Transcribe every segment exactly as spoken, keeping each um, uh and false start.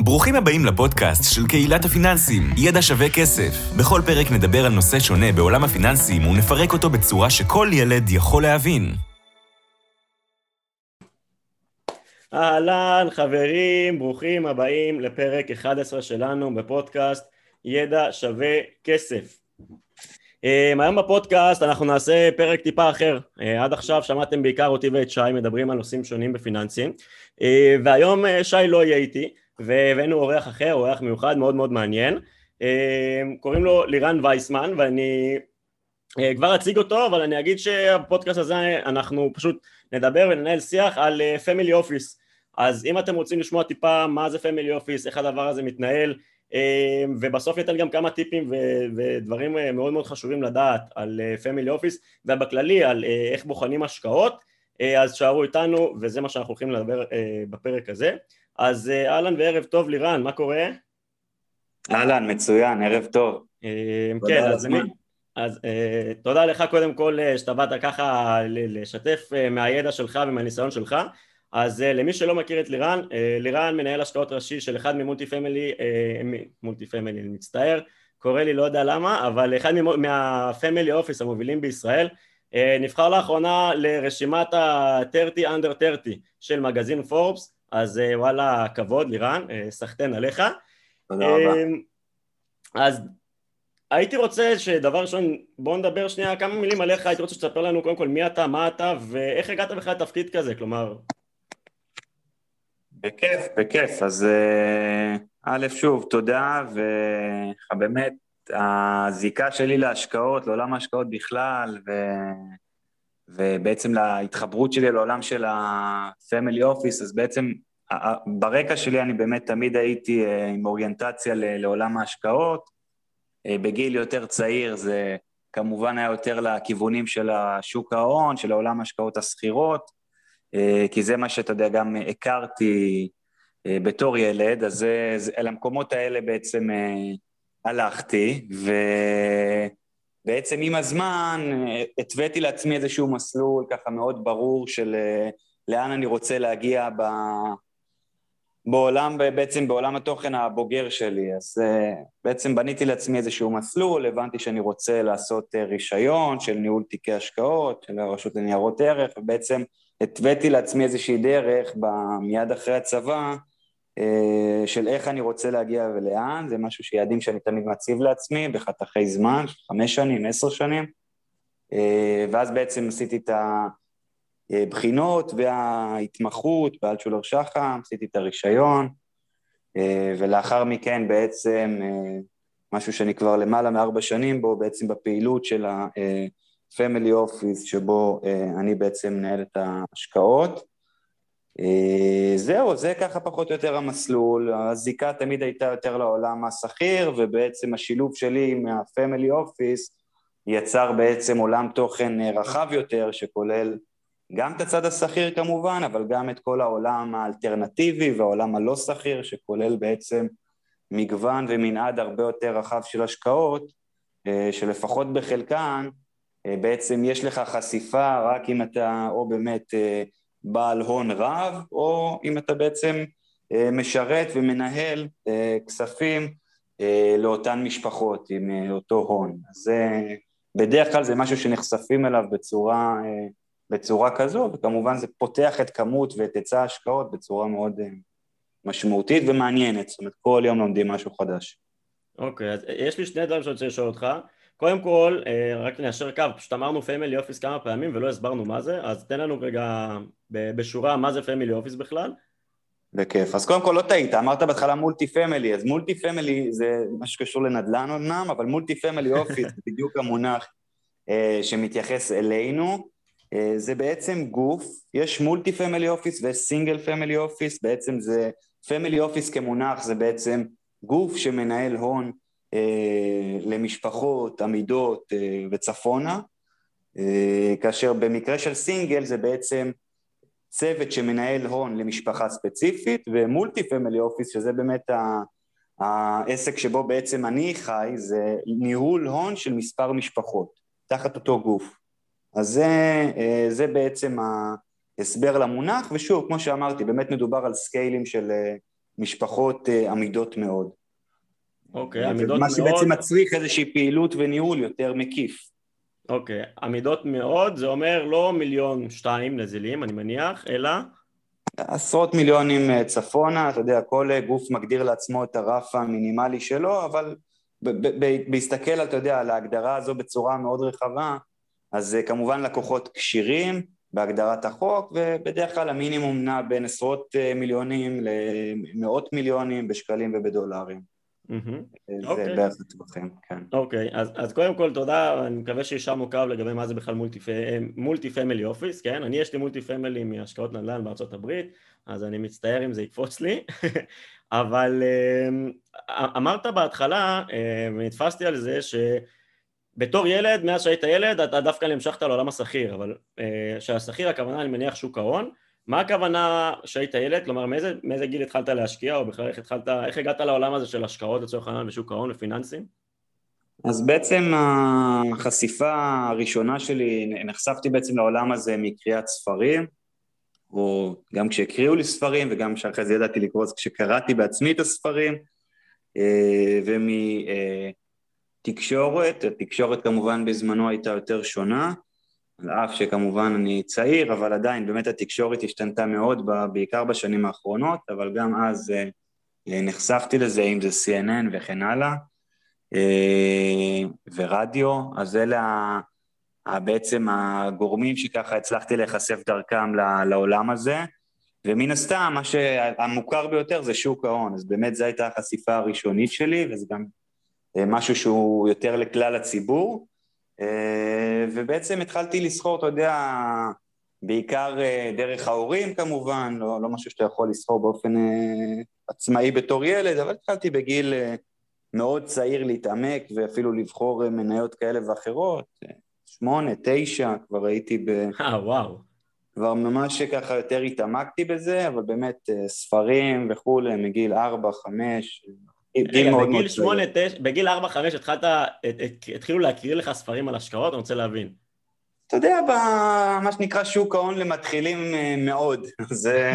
ברוכים הבאים לפודקאסט של קהילת הפיננסים, ידע שווה כסף. בכל פרק נדבר על נושא שונה בעולם הפיננסים ונפרק אותו בצורה שכל ילד יכול להבין. אהלן חברים, ברוכים הבאים לפרק אחד עשר שלנו בפודקאסט ידע שווה כסף. היום בפודקאסט אנחנו נעשה פרק טיפה אחר. עד עכשיו שמעתם בעיקר אותי ואת שי מדברים על נושאים שונים בפיננסים, והיום שי לא יהיה איתי, והבאנו אורח אחר, אורח מיוחד מאוד מאוד מעניין. קוראים לו לירן וייסמן, ואני כבר אציג אותו, אבל אני אגיד שהפודקאסט הזה אנחנו פשוט נדבר וננהל שיח על פמילי אופיס. אז אם אתם רוצים לשמוע טיפה מה זה פמילי אופיס, איך הדבר הזה מתנהל, ובסוף ניתן גם כמה טיפים ודברים מאוד מאוד חשובים לדעת על פמילי אופיס, ובכללי על איך בוחנים השקעות, אז שערו איתנו, וזה מה שאנחנו הולכים לדבר בפרק הזה. אז אהלן וערב טוב לירן, מה קורה? אהלן, מצוין, ערב טוב. כן, אז למי? אז תודה לך קודם כל שאתה באת ככה לשתף מהידע שלך ומהניסיון שלך. אז למי שלא מכיר את לירן, לירן מנהל השקעות ראשי של אחד ממולטי פמילי, מולטי פמילי, אני מצטער, קורא לי לא יודע למה, אבל אחד מהפמילי אופיס המובילים בישראל, נבחר לאחרונה לרשימת ה-שלושים under שלושים של מגזין פורבס, אז וואלה כבוד לירן, סחטן עליך. תודה רבה. אז הייתי רוצה שדבר ראשון, בואו נדבר שנייה כמה מילים עליך, הייתי רוצה שתספר לנו קודם כל מי אתה, מה אתה, ואיך הגעת בכלל לתפקיד כזה, כלומר... בכיף, בכיף, אז א' שוב, תודה, ובאמת הזיקה שלי להשקעות, לעולם ההשקעות בכלל, ו... ובעצם להתחברות שלי לעולם של ה-Family Office, אז בעצם ברקע שלי אני באמת תמיד הייתי עם אוריינטציה לעולם ההשקעות, בגיל יותר צעיר זה כמובן היה יותר לכיוונים של השוק ההון, של העולם ההשקעות הסחירות, כי זה מה שאתה יודע גם הכרתי בתור ילד, אז אל המקומות האלה בעצם הלכתי, ובעצם עם הזמן התוויתי לעצמי איזשהו מסלול ככה מאוד ברור של לאן אני רוצה להגיע ב... בעולם, בעצם בעולם התוכן הבוגר שלי, אז בעצם בניתי לעצמי איזשהו מסלול, הבנתי שאני רוצה לעשות רישיון של ניהול תיקי השקעות, של הרשות לניירות ערך, ובעצם התוויתי לעצמי איזושהי דרך מיד אחרי הצבא, של איך אני רוצה להגיע ולאן, זה משהו שיעדים שאני תמיד מציב לעצמי, בחתכי זמן, חמש שנים, עשר שנים, ואז בעצם עשיתי את ה... בחינות וההתמחות באלטשולר שחם, עשיתי את הרישיון, ולאחר מכן בעצם משהו שאני כבר למעלה מארבע שנים בו, בעצם בפעילות של ה-Family Office, שבו אני בעצם מנהל את ההשקעות. זהו, זה ככה פחות או יותר המסלול, הזיקה תמיד הייתה יותר לעולם השכיר, ובעצם השילוב שלי מה-Family Office יצר בעצם עולם תוכן רחב יותר, שכולל גם את הצד השכיר כמובן, אבל גם את כל העולם האלטרנטיבי והעולם הלא שכיר, שכולל בעצם מגוון ומנעד הרבה יותר רחב של השקעות, שלפחות בחלקן, בעצם יש לך חשיפה רק אם אתה או באמת בעל הון רב, או אם אתה בעצם משרת ומנהל כספים לאותן משפחות עם אותו הון. אז בדרך כלל זה משהו שנחשפים אליו בצורה... בצורה כזו, וכמובן זה פותח את כמות ואת היצע ההשקעות בצורה מאוד משמעותית ומעניינת, זאת אומרת, כל יום לומדים משהו חדש. אוקיי, אז יש לי שני דברים שאני רוצה לשאול אותך. קודם כל, רק ניישר קו, פשוט אמרנו פמילי אופיס כמה פעמים ולא הסברנו מה זה, אז תן לנו רגע בשורה מה זה פמילי אופיס בכלל. בכיף, אז קודם כל לא טעית, אמרת בהתחלה מולטי פמילי, אז מולטי פמילי זה משהו שקשור לנדל"ן אמנם, אבל מולטי פמילי אופיס זה בדיוק המונח שמתייחס אלינו, זה בעצם גוף, יש מולטי פמילי אופיס ויש סינגל פמילי אופיס, בעצם זה, פמילי אופיס כמונח זה בעצם גוף שמנהל הון אה, למשפחות, עמידות אה, וצפונה, אה, כאשר במקרה של סינגל זה בעצם צוות שמנהל הון למשפחה ספציפית, ומולטי פמילי אופיס שזה באמת ה, העסק שבו בעצם אני חי, זה ניהול הון של מספר משפחות, תחת אותו גוף. אז זה, זה בעצם ההסבר למונח, ושוב, כמו שאמרתי, באמת מדובר על סקיילים של משפחות עמידות מאוד. אוקיי, עמידות מאוד. מה שבעצם מצריך איזושהי פעילות וניהול יותר מקיף. אוקיי, עמידות מאוד, זה אומר לא מיליון שתיים נזילים, אני מניח, אלא? עשרות מיליונים צפונה, אתה יודע, כל גוף מגדיר לעצמו את הרף המינימלי שלו, אבל בהסתכל, אתה יודע, על ההגדרה הזו בצורה מאוד רחבה, אז כמובן לקוחות קשירים בהגדרת החוק, ובדרך כלל המינימום נע בין עשרות מיליונים למאות מיליונים בשקלים ובדולרים. זה בערך הטווחים, כן. אוקיי, אז קודם כל תודה, אני מקווה שישרנו קו לגבי מה זה בכלל מולטי פמילי אופיס, כן? אני יש לי מולטי פמילי מהשקעות נדל"ן בארצות הברית, אז אני מצטער אם זה יקפוץ לי, אבל אמרת בהתחלה, ונתפסתי על זה, שבתור ילד, מאז שהיית ילד, אתה דווקא נמשכת לעולם השכיר, אבל שהשכיר הכוונה, אני מניח שוק ההון, מה הכוונה שהיית ילד? כלומר, מאיזה, מאיזה גיל התחלת להשקיע, או בכלל איך התחלת, איך הגעת לעולם הזה של השקעות לצורך העניין בשוק ההון ופיננסים? אז בעצם החשיפה הראשונה שלי, נחשפתי בעצם לעולם הזה מקריאת ספרים, או גם כשהקריאו לי ספרים, וגם שאחרי זה ידעתי לקרוא כשקראתי בעצמי את הספרים, ומתקשורת, התקשורת כמובן בזמנו הייתה יותר שונה, על אף שכמובן אני צעיר, אבל עדיין באמת התקשורת השתנתה מאוד, בעיקר בשנים האחרונות, אבל גם אז נחשפתי לזה, אם זה סי אן אן וכן הלאה, ורדיו, אז אלה בעצם הגורמים שככה הצלחתי להיחשף דרכם לעולם הזה, ומן הסתם מה שהמוכר ביותר זה שוק ההון, אז באמת זו הייתה החשיפה הראשונית שלי, וזה גם משהו שהוא יותר לכלל הציבור, ובעצם התחלתי לסחור, אתה יודע, בעיקר דרך ההורים כמובן, לא, לא משהו שאתה יכול לסחור באופן עצמאי בתור ילד, אבל התחלתי בגיל מאוד צעיר להתעמק, ואפילו לבחור מניות כאלה ואחרות, שמונה, תשע, כבר הייתי ב... אה, וואו. כבר ממש ככה יותר התעמקתי בזה, אבל באמת ספרים וכולי, מגיל ארבע, חמש... רגע, בגיל שמונה, תשע, בגיל ארבע, חמש התחלת, התחילו להקריא לך ספרים על השקעות, אני רוצה להבין. אתה יודע, במה שנקרא שוק ההון למתחילים מאוד, זה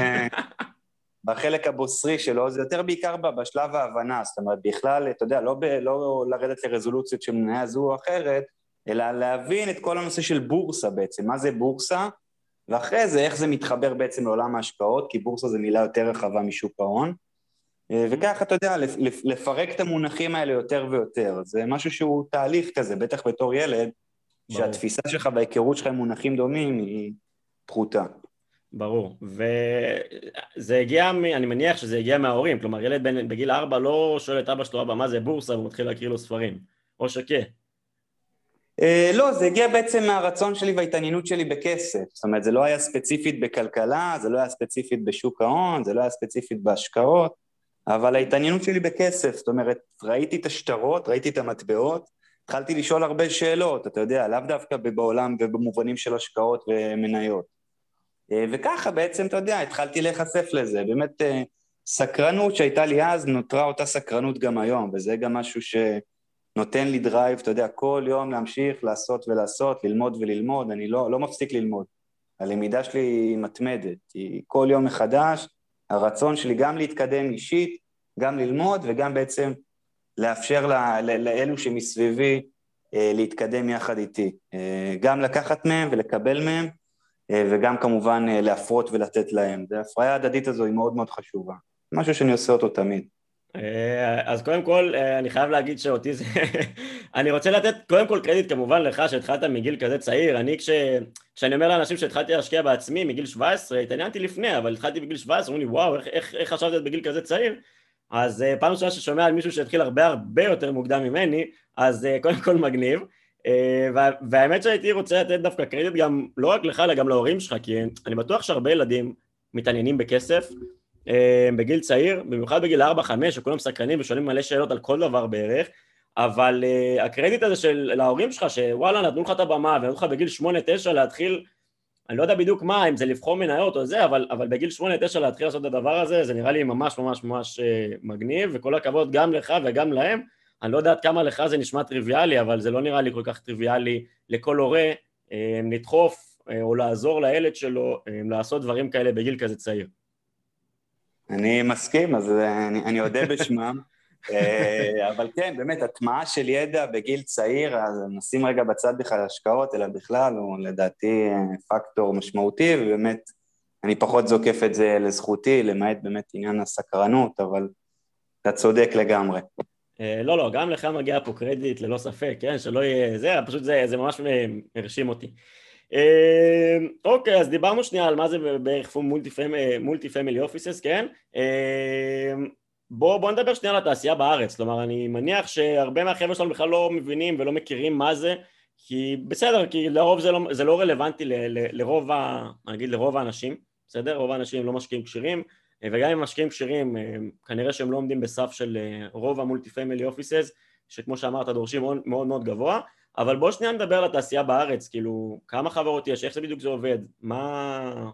בחלק הבוסרי שלו, זה יותר בעיקר בשלב ההבנה, זאת אומרת, בכלל, אתה יודע, לא, ב, לא לרדת לרזולוציות של מניה זו או אחרת, אלא להבין את כל הנושא של בורסה בעצם, מה זה בורסה, ואחרי זה איך זה מתחבר בעצם לעולם ההשקעות, כי בורסה זה מילה יותר רחבה משוק ההון, וכך אתה יודע, לפרק את המונחים האלה יותר ויותר, זה משהו שהוא תהליך כזה, בטח בתור ילד, ברור. שהתפיסה שלך וההיכרות שלך עם מונחים דומים היא פחותה. ברור, וזה הגיע, אני מניח שזה הגיע מההורים, כלומר ילד בגיל ארבע לא שואל את אבא שלו, אבא, מה זה בורסה, והוא מתחיל להקריא לו ספרים, או שכן. לא, זה הגיע בעצם מהרצון שלי וההתעניינות שלי בכסף, זאת אומרת, זה לא היה ספציפית בכלכלה, זה לא היה ספציפית בשוק ההון, זה לא היה ספציפית בהשקעות, אבל ההתעניינות שלי בכסף, זאת אומרת, ראיתי את השטרות, ראיתי את המטבעות, התחלתי לשאול הרבה שאלות, אתה יודע, לאו דווקא בעולם ובמובנים של השקעות ומניות. וככה בעצם, אתה יודע, התחלתי להיחשף לזה, באמת סקרנות שהייתה לי אז, נותרה אותה סקרנות גם היום, וזה גם משהו שנותן לי דרייב, אתה יודע, כל יום להמשיך לעשות ולעשות, ללמוד וללמוד, אני לא, לא מפסיק ללמוד. הלמידה שלי היא מתמדת, היא כל יום מחדש, הרצון שלי גם להתקדם אישית, גם ללמוד וגם בעצם לאפשר לאלו שמסביבי להתקדם יחד איתי. גם לקחת מהם ולקבל מהם, וגם כמובן להפרות ולתת להם. ההפריה ההדדית הזו היא מאוד מאוד חשובה. משהו שאני עושה אותו תמיד. אז קודם כל, אני חייב להגיד שאותי זה... אני רוצה לתת קודם כל קרדיט כמובן לך שהתחלת מגיל כזה צעיר. אני כש... כשאני אומר לאנשים שהתחלתי להשקיע בעצמי מגיל שבע עשרה, התעניינתי לפני, אבל התחלתי בגיל שבע עשרה, אומרים לי, וואו, איך, איך, איך חשבת בגיל כזה צעיר? אז פעם ראשונה ששומע על מישהו שהתחיל הרבה הרבה יותר מוקדם ממני, אז קודם כל מגניב. והאמת שהייתי רוצה לתת דווקא קרדיט גם, לא רק לך, אלא גם להורים שלך, כי אני בטוח שהרבה ילדים מתעניינים בכסף, בגיל צעיר, במיוחד בגיל ארבע חמש, שכולם סקרנים ושואלים מלא שאלות על כל דבר בערך, אבל uh, הקרדיט הזה של להורים שלך, שוואלה, נתנו לך את הבמה, ונתנו לך בגיל שמונה תשע להתחיל, אני לא יודע בדיוק מה, אם זה לבחור מניות או זה, אבל, אבל בגיל שמונה תשע להתחיל לעשות את הדבר הזה, זה נראה לי ממש ממש ממש uh, מגניב, וכל הכבוד גם לך וגם להם. אני לא יודעת כמה לך זה נשמע טריוויאלי, אבל זה לא נראה לי כל כך טריוויאלי לכל הורה uh, לדחוף uh, או לעזור לילד שלו uh, לעשות דברים כאלה בגיל כזה צעיר. אני מסכים, אז אני, אני יודע בשמם, אבל כן, באמת, הטמעה של ידע בגיל צעיר, אז נשים רגע בצד בכלל השקעות, אלא בכלל, הוא לדעתי פקטור משמעותי, ובאמת, אני פחות זוקף את זה לזכותי, למעט באמת עניין הסקרנות, אבל אתה צודק לגמרי. לא, לא, גם לך מגיע פה קרדיט, ללא ספק, כן, שלא יהיה זה, פשוט זה, זה ממש מרשים אותי. אוקיי, אז דיברנו שנייה על מה זה בערך מולטי פמילי אופיסס, כן? בוא, בוא נדבר שנייה על התעשייה בארץ, כלומר, אני מניח שהרבה מהחבר'ה שלנו בכלל לא מבינים ולא מכירים מה זה, כי בסדר, כי לרוב זה לא, זה לא רלוונטי ל, ל, לרוב, ה, אני אגיד, לרוב האנשים, בסדר? רוב האנשים לא משקיעים קשירים, וגם אם משקיעים קשירים, כנראה שהם לא עומדים בסף של רוב המולטי פמילי אופיסס, שכמו שאמרת, דורשים מאוד מאוד, מאוד גבוה, אבל בוא שנייה נדבר על התעשייה בארץ, כאילו, כמה חברות יש, איך זה בדיוק זה עובד, מה,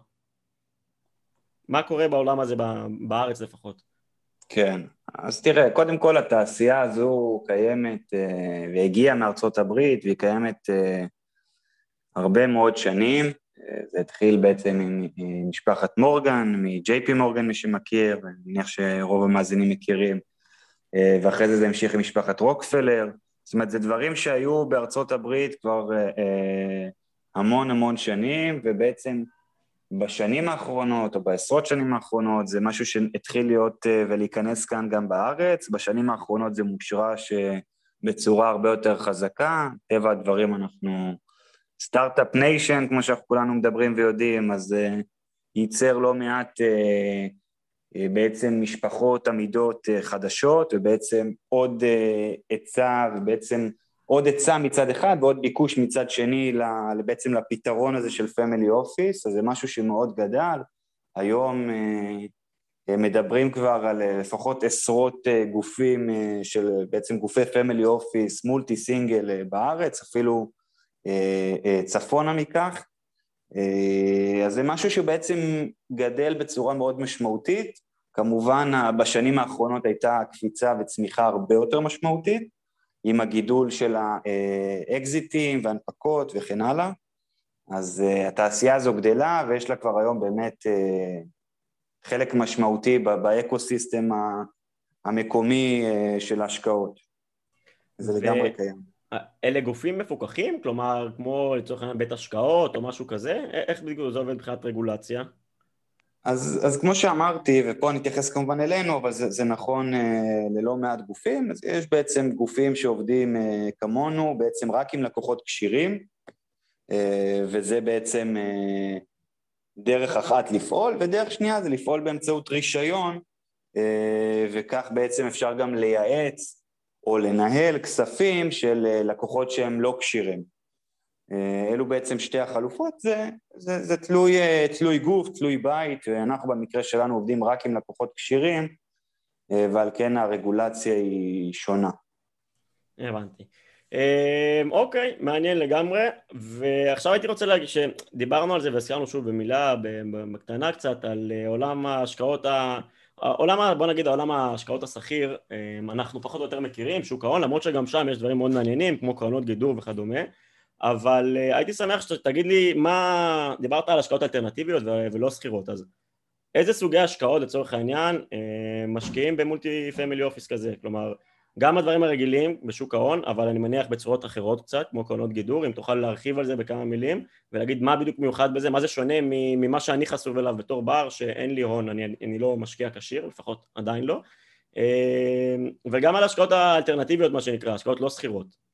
מה קורה בעולם הזה בארץ לפחות? כן, אז תראה, קודם כל התעשייה הזו קיימת והגיעה מארצות הברית, והיא קיימת הרבה מאוד שנים, זה התחיל בעצם עם משפחת מורגן, מג'יי פי מורגן מי שמכיר, ואני מניח שרוב המאזינים מכירים, ואחרי זה זה המשיך עם משפחת רוקפלר, זאת אומרת, זה דברים שהיו בארצות הברית כבר המון המון שנים, ובעצם בשנים האחרונות, או בעשרות שנים האחרונות, זה משהו שהתחיל להיות ולהיכנס כאן גם בארץ, בשנים האחרונות זה מושרש בצורה הרבה יותר חזקה, טבע הדברים אנחנו סטארט-אפ ניישן, כמו שאנחנו כולנו מדברים ויודעים, אז ייצר לא מעט בעצם משפחות עמידות חדשות, ובעצם עוד היצע, ובעצם עוד היצע מצד אחד, ועוד ביקוש מצד שני, בעצם לפתרון הזה של פמילי אופיס, אז זה משהו שמאוד גדל, היום מדברים כבר על לפחות עשרות גופים של בעצם גופי פמילי אופיס, מולטי סינגל בארץ, אפילו צפונה מכך, אז זה משהו שבעצם גדל בצורה מאוד משמעותית, כמובן בשנים האחרונות הייתה קפיצה וצמיחה הרבה יותר משמעותית, עם הגידול של האקזיטים והנפקות וכן הלאה, אז התעשייה הזו גדלה ויש לה כבר היום באמת חלק משמעותי באקוסיסטם המקומי של ההשקעות, זה ו... לגמרי קיים. אלה גופים מפוקחים? כלומר, כמו לצורך העניין בית השקעות או משהו כזה? איך בדיוק זה עובד מבחינת רגולציה? אז, אז כמו שאמרתי, ופה אני אתייחס כמובן אלינו, אבל זה, זה נכון אה, ללא מעט גופים, אז יש בעצם גופים שעובדים אה, כמונו, בעצם רק עם לקוחות קשירים, אה, וזה בעצם אה, דרך אחת לפעול, ודרך שנייה זה לפעול באמצעות רישיון, אה, וכך בעצם אפשר גם לייעץ, או לנהל כספים של לקוחות שהם לא קשירים. אלו בעצם שתי החלופות, זה, זה, זה תלוי, תלוי גוף, תלוי בית, ואנחנו במקרה שלנו עובדים רק עם לקוחות קשירים, ועל כן הרגולציה היא שונה. הבנתי. אוקיי, מעניין לגמרי, ועכשיו הייתי רוצה להגיד שדיברנו על זה והזכרנו שוב במילה, בקטנה קצת, על עולם ההשקעות ה... העולם, בוא נגיד, העולם ההשקעות השכיר, אנחנו פחות או יותר מכירים, שוק ההון, למרות שגם שם יש דברים מאוד מעניינים, כמו קרנות גידור וכדומה, אבל הייתי שמח שתגיד לי מה, דיברת על השקעות אלטרנטיביות ולא שכירות, אז איזה סוגי השקעות לצורך העניין משקיעים במולטי פמילי אופיס כזה, כלומר, גם הדברים הרגילים בשוק ההון, אבל אני מניח בצורות אחרות קצת, כמו קרנות גידור, אם תוכל להרחיב על זה בכמה מילים, ולהגיד מה בדיוק מיוחד בזה, מה זה שונה ממה שאני חשוף אליו בתור בר, שאין לי הון, אני, אני לא משקיע קשיר, לפחות עדיין לא, וגם על השקעות האלטרנטיביות, מה שנקרא, השקעות לא שכירות.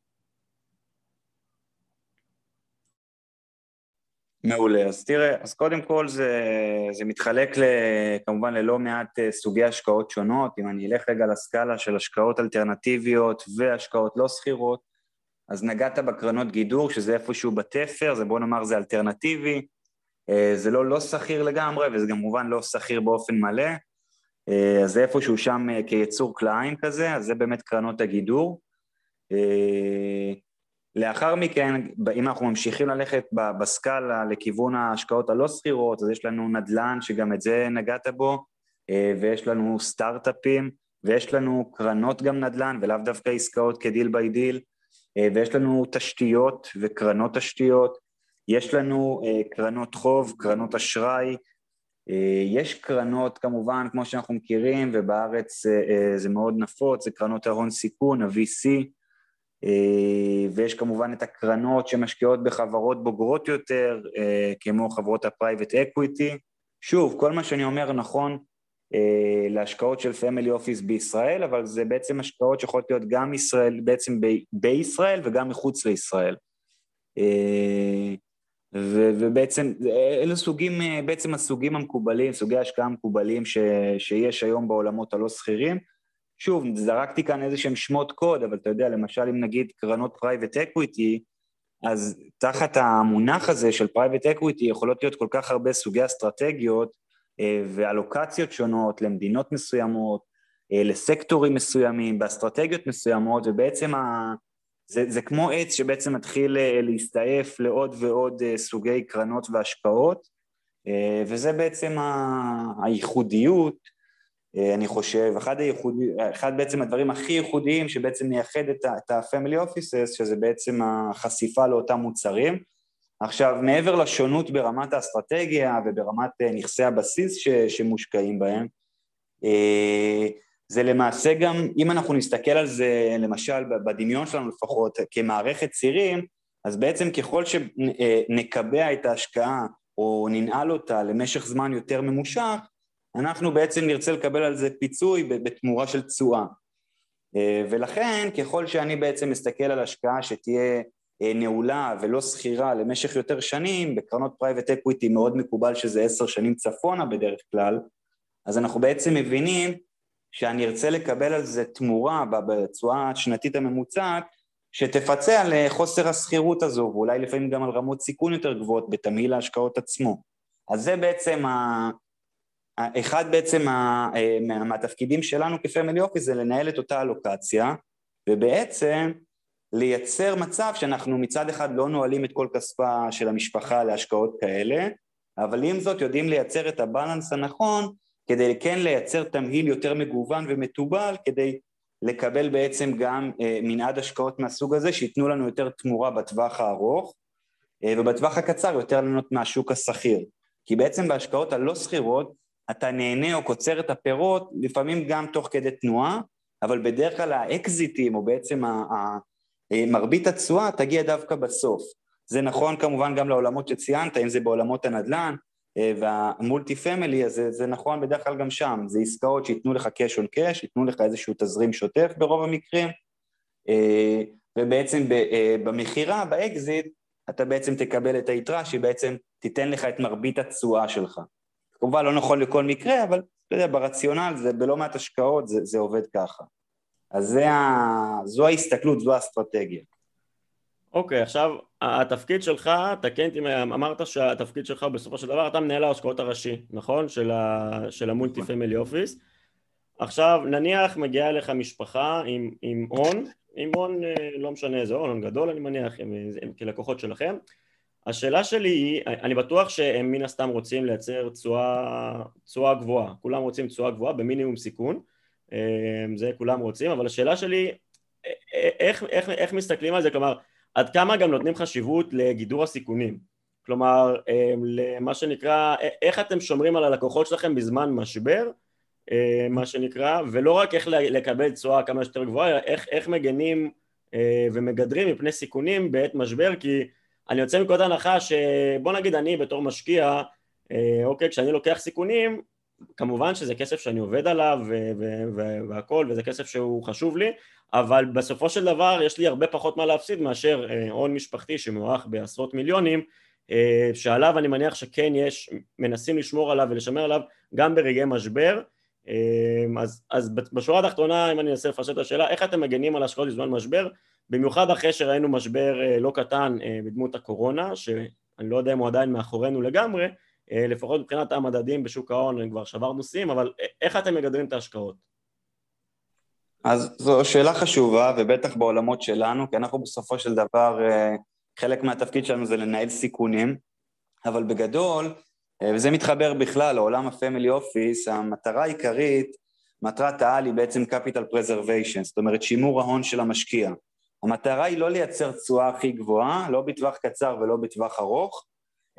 מעולה, אז תראה, אז קודם כל זה, זה מתחלק ל, כמובן ללא מעט סוגי השקעות שונות, אם אני אלך רגע לסקאלה של השקעות אלטרנטיביות והשקעות לא שכירות, אז נגעת בקרנות גידור, שזה איפשהו בתפר, זה בוא נאמר זה אלטרנטיבי, זה לא לא שכיר לגמרי, וזה גם כמובן לא שכיר באופן מלא, אז זה איפשהו שם כיצור כלאיים כזה, אז זה באמת קרנות הגידור, לאחר מכן, אם אנחנו ממשיכים ללכת בסקאלה לכיוון ההשקעות הלא שכירות, אז יש לנו נדל"ן שגם את זה נגעת בו, ויש לנו סטארט-אפים, ויש לנו קרנות גם נדל"ן, ולאו דווקא עסקאות כדיל ביי דיל, ויש לנו תשתיות וקרנות תשתיות, יש לנו קרנות חוב, קרנות אשראי, יש קרנות כמובן, כמו שאנחנו מכירים, ובארץ זה מאוד נפוץ, זה קרנות ההון סיכון, ה-וי סי, ויש כמובן את הקרנות שמשקיעות בחברות בוגרות יותר, כמו חברות ה-Private Equity. שוב, כל מה שאני אומר נכון להשקעות של Family Office בישראל, אבל זה בעצם השקעות שיכולות להיות גם ישראל, בעצם בישראל וגם מחוץ לישראל. ובעצם אלו סוגים, בעצם הסוגים המקובלים, סוגי ההשקעה המקובלים ש, שיש היום בעולמות הלא סחירים. שוב, זרקתי כאן איזה שהם שמות קוד, אבל אתה יודע, למשל אם נגיד קרנות Private Equity, אז תחת המונח הזה של Private Equity יכולות להיות כל כך הרבה סוגי אסטרטגיות ואלוקציות שונות למדינות מסוימות, לסקטורים מסוימים, באסטרטגיות מסוימות, ובעצם ה... זה, זה כמו עץ שבעצם מתחיל להסתעף לעוד ועוד סוגי קרנות והשקעות, וזה בעצם הייחודיות, אני חושב, אחד, הייחודי, אחד בעצם הדברים הכי ייחודיים שבעצם מייחד את ה-Family Offices, שזה בעצם החשיפה לאותם מוצרים. עכשיו, מעבר לשונות ברמת האסטרטגיה וברמת נכסי הבסיס ש, שמושקעים בהם, זה למעשה גם, אם אנחנו נסתכל על זה, למשל, בדמיון שלנו לפחות, כמערכת צירים, אז בעצם ככל שנקבע את ההשקעה, או ננעל אותה למשך זמן יותר ממושך, אנחנו בעצם נרצה לקבל על זה פיצוי בתמורה של תשואה. ולכן, ככל שאני בעצם מסתכל על השקעה שתהיה נעולה ולא סחירה למשך יותר שנים, בקרנות פרייבט אקוויטי מאוד מקובל שזה עשר שנים צפונה בדרך כלל, אז אנחנו בעצם מבינים, שאני ארצה לקבל על זה תמורה בצורה השנתית הממוצעת, שתפצה על חוסר הסחירות הזו, ואולי לפעמים גם על רמות סיכון יותר גבוהות בתמהיל ההשקעות עצמו. אז זה בעצם, ה... אחד בעצם ה... מהתפקידים שלנו כפמילי אופיס, זה לנהל את אותה אלוקציה, ובעצם לייצר מצב שאנחנו מצד אחד לא נועלים את כל כספה של המשפחה להשקעות כאלה, אבל עם זאת יודעים לייצר את הבלנס הנכון, כדי כן לייצר תמהיל יותר מגוון ומטובל, כדי לקבל בעצם גם אה, מנעד השקעות מהסוג הזה, שיתנו לנו יותר תמורה בטווח הארוך, אה, ובטווח הקצר יותר ליהנות מהשוק הסחיר. כי בעצם בהשקעות הלא סחירות, אתה נהנה או קוצר את הפירות, לפעמים גם תוך כדי תנועה, אבל בדרך כלל האקזיטים, או בעצם ה- ה- מרבית התשואה, תגיע דווקא בסוף. זה נכון כמובן גם לעולמות שציינת, אם זה בעולמות הנדל"ן, והמולטי פמילי, אז זה, זה נכון בדרך כלל גם שם, זה עסקאות שיתנו לך קש און קש, יתנו לך איזשהו תזרים שוטף ברוב המקרים, ובעצם במחירה, באקזיט, אתה בעצם תקבל את היתרה, שבעצם תיתן לך את מרבית התשואה שלך. כמובן לא נכון לכל מקרה, אבל אתה יודע, ברציונל, זה בלא מעט השקעות, זה, זה עובד ככה. אז זה ה... זו ההסתכלות, זו האסטרטגיה. אוקיי, okay, עכשיו, התפקיד שלך, תקן, אמרת שהתפקיד שלך בסופו של דבר, אתה מנהל ההשקעות הראשי, נכון? של, ה, של המולטי פמילי אופיס. עכשיו, נניח מגיעה אליך משפחה עם, עם הון, עם הון, לא משנה איזה הון, הון גדול, אני מניח, הם, הם כלקוחות שלכם. השאלה שלי היא, אני בטוח שהם מן הסתם רוצים לייצר תשואה, תשואה גבוהה, כולם רוצים תשואה גבוהה במינימום סיכון, זה כולם רוצים, אבל השאלה שלי, איך, איך, איך מסתכלים על זה? כלומר, עד כמה גם נותנים חשיבות לגידור הסיכונים? כלומר, למה שנקרא, איך אתם שומרים על הלקוחות שלכם בזמן משבר, מה שנקרא, ולא רק איך לקבל תשואה כמה שיותר גבוהה, איך, איך מגנים ומגדרים מפני סיכונים בעת משבר, כי אני יוצא מנקודת הנחה שבוא נגיד אני בתור משקיע, אוקיי, כשאני לוקח סיכונים, כמובן שזה כסף שאני עובד עליו והכל, וזה כסף שהוא חשוב לי, אבל בסופו של דבר יש לי הרבה פחות מה להפסיד מאשר הון משפחתי שמוערך בעשרות מיליונים, שעליו אני מניח שכן יש, מנסים לשמור עליו ולשמר עליו גם ברגעי משבר. אז, אז בשורה התחתונה, אם אני אנסה לפשט את השאלה, איך אתם מגנים על השקעות בזמן משבר, במיוחד אחרי שראינו משבר לא קטן בדמות הקורונה, שאני לא יודע אם הוא עדיין מאחורינו לגמרי, לפחות מבחינת המדדים בשוק ההון, כבר שברנו שיאים, אבל איך אתם מגדרים את ההשקעות? אז זו שאלה חשובה, ובטח בעולמות שלנו, כי אנחנו בסופו של דבר, חלק מהתפקיד שלנו זה לנהל סיכונים, אבל בגדול, וזה מתחבר בכלל לעולם הפמילי אופיס, המטרה העיקרית, מטרת העל היא בעצם capital preservation, זאת אומרת שימור ההון של המשקיע. המטרה היא לא לייצר תשואה הכי גבוהה, לא בטווח קצר ולא בטווח ארוך,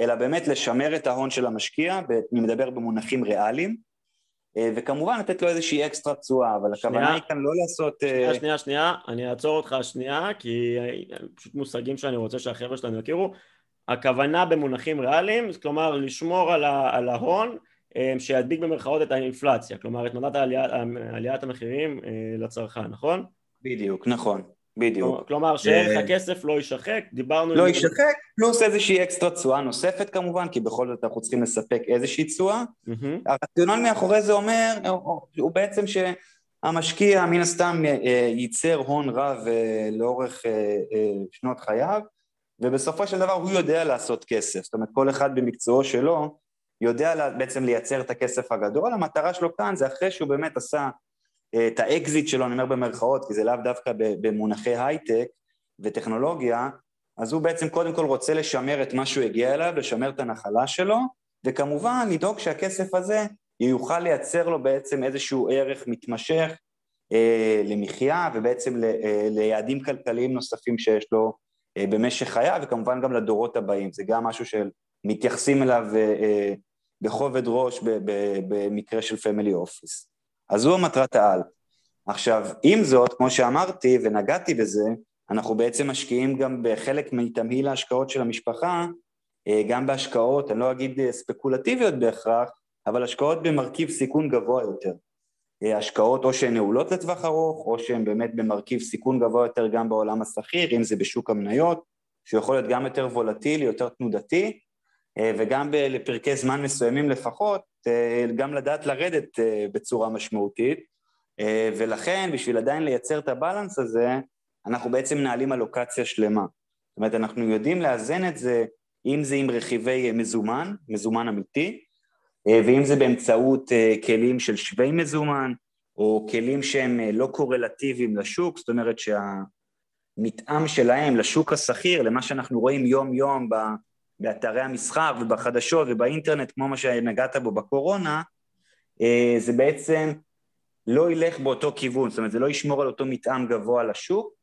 אלא באמת לשמר את ההון של המשקיע, אני מדבר במונחים ריאליים, וכמובן לתת לו איזושהי אקסטרה תשואה, אבל הכוונה היא כאן לא לעשות... שנייה, שנייה, שנייה, אני אעצור אותך שנייה, כי פשוט מושגים שאני רוצה שהחבר'ה שלנו יכירו, הכוונה במונחים ריאליים, כלומר לשמור על, ה, על ההון, שידביק במרכאות את האינפלציה, כלומר את מדד עליית, עליית המחירים לצרכן, נכון? בדיוק, נכון. בדיוק. כלומר שערך הכסף לא יישחק, דיברנו... לא יישחק, פלוס איזושהי אקסטרה תשואה נוספת כמובן, כי בכל זאת אנחנו צריכים לספק איזושהי תשואה. הרציונל מאחורי זה אומר, הוא בעצם שהמשקיע מן הסתם ייצר הון רב לאורך שנות חייו, ובסופו של דבר הוא יודע לעשות כסף, זאת אומרת כל אחד במקצועו שלו יודע בעצם לייצר את הכסף הגדול, המטרה שלו כאן זה אחרי שהוא באמת עשה את האקזיט שלו, אני אומר במרכאות, כי זה לאו דווקא במונחי הייטק וטכנולוגיה, אז הוא בעצם קודם כל רוצה לשמר את מה שהוא הגיע אליו, לשמר את הנחלה שלו, וכמובן לדאוג שהכסף הזה יוכל לייצר לו בעצם איזשהו ערך מתמשך אה, למחיה, ובעצם ל, אה, ליעדים כלכליים נוספים שיש לו אה, במשך חייו, וכמובן גם לדורות הבאים, זה גם משהו שמתייחסים אליו אה, אה, בכובד ראש במקרה של פמילי אופיס. אז זו המטרת העל. עכשיו, עם זאת, כמו שאמרתי ונגעתי בזה, אנחנו בעצם משקיעים גם בחלק מתמהיל ההשקעות של המשפחה, גם בהשקעות, אני לא אגיד ספקולטיביות בהכרח, אבל השקעות במרכיב סיכון גבוה יותר. השקעות או שהן נעולות לטווח ארוך, או שהן באמת במרכיב סיכון גבוה יותר גם בעולם השכיר, אם זה בשוק המניות, שיכול להיות גם יותר וולטילי, יותר תנודתי, וגם לפרקי זמן מסוימים לפחות, גם לדעת לרדת בצורה משמעותית, ולכן בשביל עדיין לייצר את הבלנס הזה, אנחנו בעצם נעלים אלוקציה שלמה. זאת אומרת, אנחנו יודעים לאזן את זה, אם זה עם רכיבי מזומן, מזומן אמיתי, ואם זה באמצעות כלים של שווי מזומן, או כלים שהם לא קורלטיביים לשוק, זאת אומרת שהמתאם שלהם לשוק השכיר, למה שאנחנו רואים יום יום באתרי המסחר ובחדשות ובאינטרנט, כמו מה שנגעת בו בקורונה, זה בעצם לא ילך באותו כיוון, זאת אומרת, זה לא ישמור על אותו מתאם גבוה לשוק,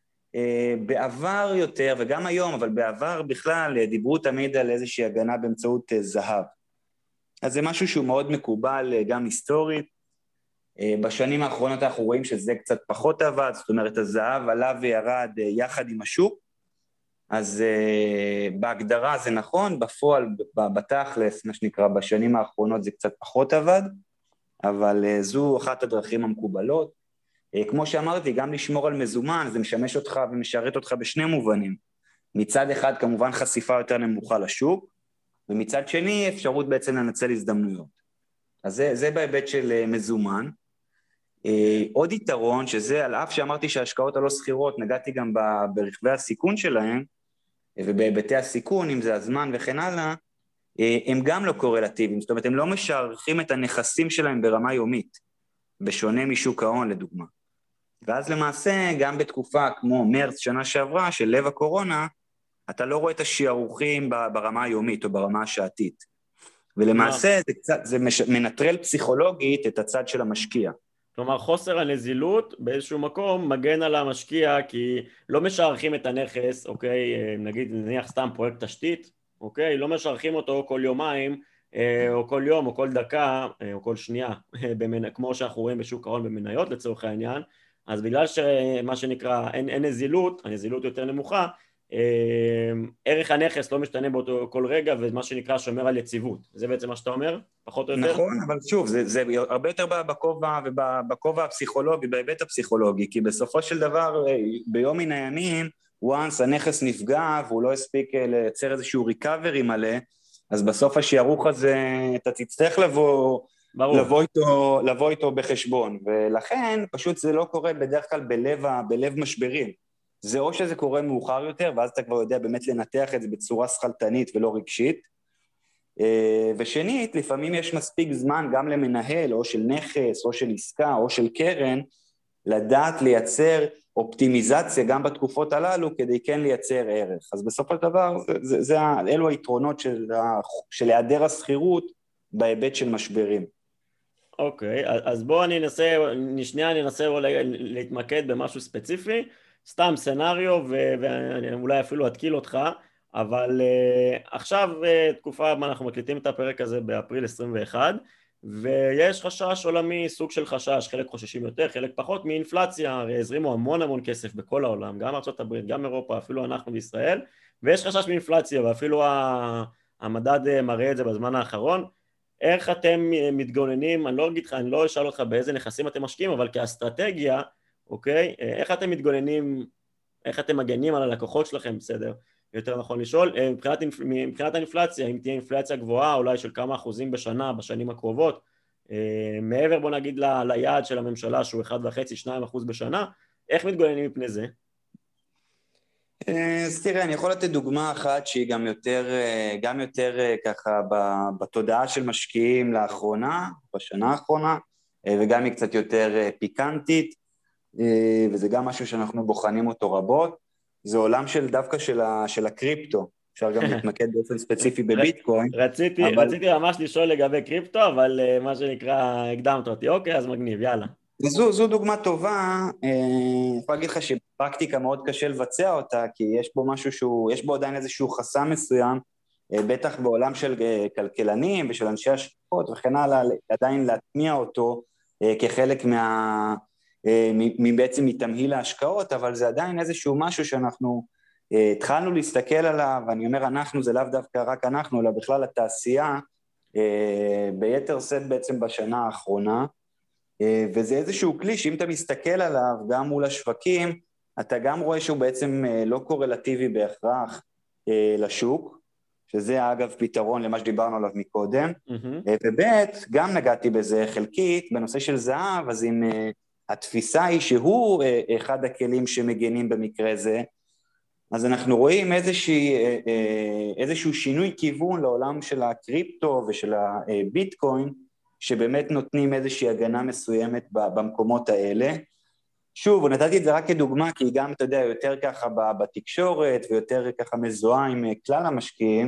בעבר יותר, וגם היום, אבל בעבר בכלל, דיברו תמיד על איזושהי הגנה באמצעות זהב. אז זה משהו שהוא מאוד מקובל גם היסטורית. בשנים האחרונות אנחנו רואים שזה קצת פחות עבד, זאת אומרת, הזהב עלה וירד יחד עם השוק, אז בהגדרה זה נכון, בפועל, בתכלס, מה שנקרא, בשנים האחרונות זה קצת פחות עבד, אבל זו אחת הדרכים המקובלות. כמו שאמרתי, גם לשמור על מזומן, זה משמש אותך ומשרת אותך בשני מובנים. מצד אחד, כמובן, חשיפה יותר נמוכה לשוק, ומצד שני, אפשרות בעצם לנצל הזדמנויות. אז זה, זה בהיבט של מזומן. עוד יתרון, שזה על אף שאמרתי שההשקעות הלא סחירות, נגעתי גם ברכבי הסיכון שלהם, ובהיבטי הסיכון, אם זה הזמן וכן הלאה, הם גם לא קורלטיביים, זאת אומרת, הם לא משערכים את הנכסים שלהם ברמה יומית, בשונה משוק ההון לדוגמה. ואז למעשה, גם בתקופה כמו מרץ שנה שעברה, של לב הקורונה, אתה לא רואה את השיערוכים ברמה היומית או ברמה השעתית. ולמעשה, זה, קצת, זה מנטרל פסיכולוגית את הצד של המשקיע. כלומר, חוסר הנזילות באיזשהו מקום מגן על המשקיע, כי לא משערכים את הנכס, אוקיי, נגיד, נניח סתם פרויקט תשתית, אוקיי, לא משערכים אותו כל יומיים, או כל יום, או כל דקה, או כל שנייה, כמו שאנחנו רואים בשוק ההון במניות לצורך העניין, אז בגלל שמה שנקרא אין, אין נזילות, הנזילות יותר נמוכה, ערך הנכס לא משתנה באותו כל רגע, ומה שנקרא שומר על יציבות. זה בעצם מה שאתה אומר? פחות או יותר? נכון, אבל שוב, זה, זה הרבה יותר בכובע ובכובע הפסיכולוגי, בהיבט הפסיכולוגי, כי בסופו של דבר, ביום מן הימים, once הנכס נפגע, והוא לא הספיק לייצר איזשהו ריקאברי מלא, אז בסוף השיערוך הזה, אתה תצטרך לבוא, לבוא איתו, לבוא איתו בחשבון, ולכן פשוט זה לא קורה בדרך כלל בלב, בלב משברים. זה או שזה קורה מאוחר יותר, ואז אתה כבר יודע באמת לנתח את זה בצורה שכלתנית ולא רגשית. ושנית, לפעמים יש מספיק זמן גם למנהל, או של נכס, או של עסקה, או של קרן, לדעת לייצר אופטימיזציה גם בתקופות הללו, כדי כן לייצר ערך. אז בסופו של דבר, זה, זה, אלו היתרונות של, של היעדר הסחירות בהיבט של משברים. אוקיי, אז בואו אני אנסה, שנייה אני אנסה אולי להתמקד במשהו ספציפי, סתם סנריו, ואולי אפילו אתקיל אותך, אבל uh, עכשיו uh, תקופה, מה אנחנו מקליטים את הפרק הזה באפריל עשרים ואחת, ויש חשש עולמי, סוג של חשש, חלק חוששים יותר, חלק פחות, מאינפלציה, הרי הזרימו המון המון כסף בכל העולם, גם ארצות הברית, גם אירופה, אפילו אנחנו בישראל, ויש חשש מאינפלציה, ואפילו המדד מראה את זה בזמן האחרון. איך אתם מתגוננים, אני לא אגיד לך, אני לא אשאל אותך באיזה נכסים אתם משקיעים, אבל כאסטרטגיה, אוקיי, איך אתם מתגוננים, איך אתם מגנים על הלקוחות שלכם, בסדר? יותר נכון לשאול, מבחינת, מבחינת האינפלציה, אם תהיה אינפלציה גבוהה, אולי של כמה אחוזים בשנה, בשנים הקרובות, מעבר בוא נגיד ל, ליעד של הממשלה שהוא אחד וחצי עד שתיים אחוז בשנה, איך מתגוננים מפני זה? אז תראה, אני יכול לתת דוגמה אחת שהיא גם יותר, גם יותר ככה בתודעה של משקיעים לאחרונה, בשנה האחרונה, וגם היא קצת יותר פיקנטית, וזה גם משהו שאנחנו בוחנים אותו רבות, זה עולם של דווקא של, ה, של הקריפטו, אפשר גם להתמקד באופן ספציפי בביטקוין. רציתי, אבל... רציתי ממש לשאול לגבי קריפטו, אבל מה שנקרא, הקדמת אותי, אוקיי, אז מגניב, יאללה. זו, זו דוגמה טובה, אני יכול להגיד לך שפרקטיקה מאוד קשה לבצע אותה, כי יש בו משהו שהוא, יש בו עדיין איזשהו חסם מסוים, בטח בעולם של כלכלנים ושל אנשי השקעות וכן הלאה, עדיין להטמיע אותו כחלק מה, בעצם מתמהיל ההשקעות, אבל זה עדיין איזשהו משהו שאנחנו התחלנו להסתכל עליו, ואני אומר אנחנו, זה לאו דווקא רק אנחנו, אלא בכלל התעשייה, ביתר סט בעצם בשנה האחרונה, וזה איזשהו כלי שאם אתה מסתכל עליו גם מול השווקים, אתה גם רואה שהוא בעצם לא קורלטיבי בהכרח לשוק, שזה אגב פתרון למה שדיברנו עליו מקודם, mm-hmm. ובית, גם נגעתי בזה חלקית, בנושא של זהב, אז אם התפיסה היא שהוא אחד הכלים שמגנים במקרה זה, אז אנחנו רואים איזושהי, איזשהו שינוי כיוון לעולם של הקריפטו ושל הביטקוין, שבאמת נותנים איזושהי הגנה מסוימת במקומות האלה. שוב, נתתי את זה רק כדוגמה, כי גם, אתה יודע, יותר ככה בתקשורת, ויותר ככה מזוהה עם כלל המשקיעים,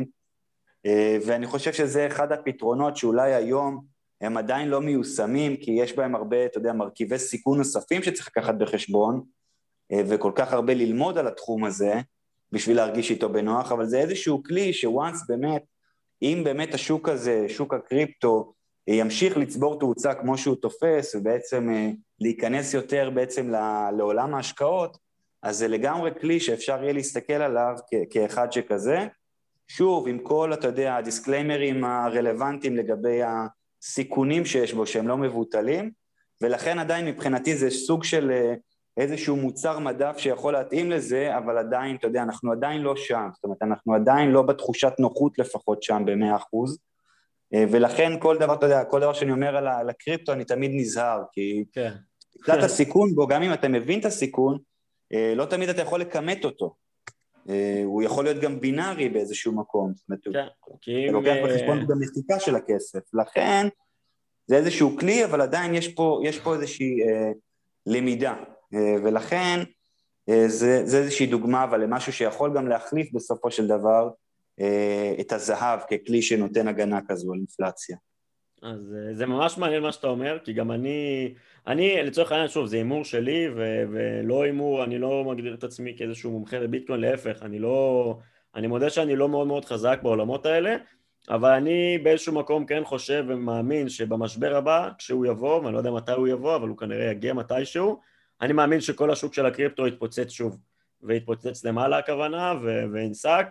ואני חושב שזה אחד הפתרונות שאולי היום הם עדיין לא מיושמים, כי יש בהם הרבה, אתה יודע, מרכיבי סיכון נוספים שצריך לקחת בחשבון, וכל כך הרבה ללמוד על התחום הזה, בשביל להרגיש איתו בנוח, אבל זה איזשהו כלי שוואנס באמת, אם באמת השוק הזה, שוק הקריפטו, ימשיך לצבור תאוצה כמו שהוא תופס, ובעצם להיכנס יותר בעצם לעולם ההשקעות, אז זה לגמרי כלי שאפשר יהיה להסתכל עליו כאחד שכזה. שוב, עם כל, אתה יודע, הדיסקליימרים הרלוונטיים לגבי הסיכונים שיש בו, שהם לא מבוטלים, ולכן עדיין מבחינתי זה סוג של איזשהו מוצר מדף שיכול להתאים לזה, אבל עדיין, אתה יודע, אנחנו עדיין לא שם, זאת אומרת, אנחנו עדיין לא בתחושת נוחות לפחות שם ב-מאה אחוז, ולכן כל דבר, אתה יודע, כל דבר שאני אומר על הקריפטו, אני תמיד נזהר, כי כן. קצת הסיכון בו, גם אם אתה מבין את הסיכון, לא תמיד אתה יכול לקמת אותו. הוא יכול להיות גם בינארי באיזשהו מקום. כן. אתה לוקח בחשבון גם מחיקה של הכסף. לכן, זה איזשהו כלי, אבל עדיין יש פה, יש פה איזושהי למידה. ולכן, זה, זה איזושהי דוגמה, אבל למשהו שיכול גם להחליף בסופו של דבר, את הזהב ככלי שנותן הגנה כזו על אינפלציה. אז זה ממש מעניין מה שאתה אומר, כי גם אני, אני לצורך העניין, שוב, זה אימור שלי, ו- ולא אימור, אני לא מגדיר את עצמי כאיזשהו מומחה לביטקוין, להפך, אני לא, אני מודה שאני לא מאוד מאוד חזק בעולמות האלה, אבל אני באיזשהו מקום כן חושב ומאמין שבמשבר הבא, כשהוא יבוא, ואני לא יודע מתי הוא יבוא, אבל הוא כנראה יגיע מתישהו, אני מאמין שכל השוק של הקריפטו יתפוצץ שוב, והתפוצץ למעלה הכוונה, והנסק.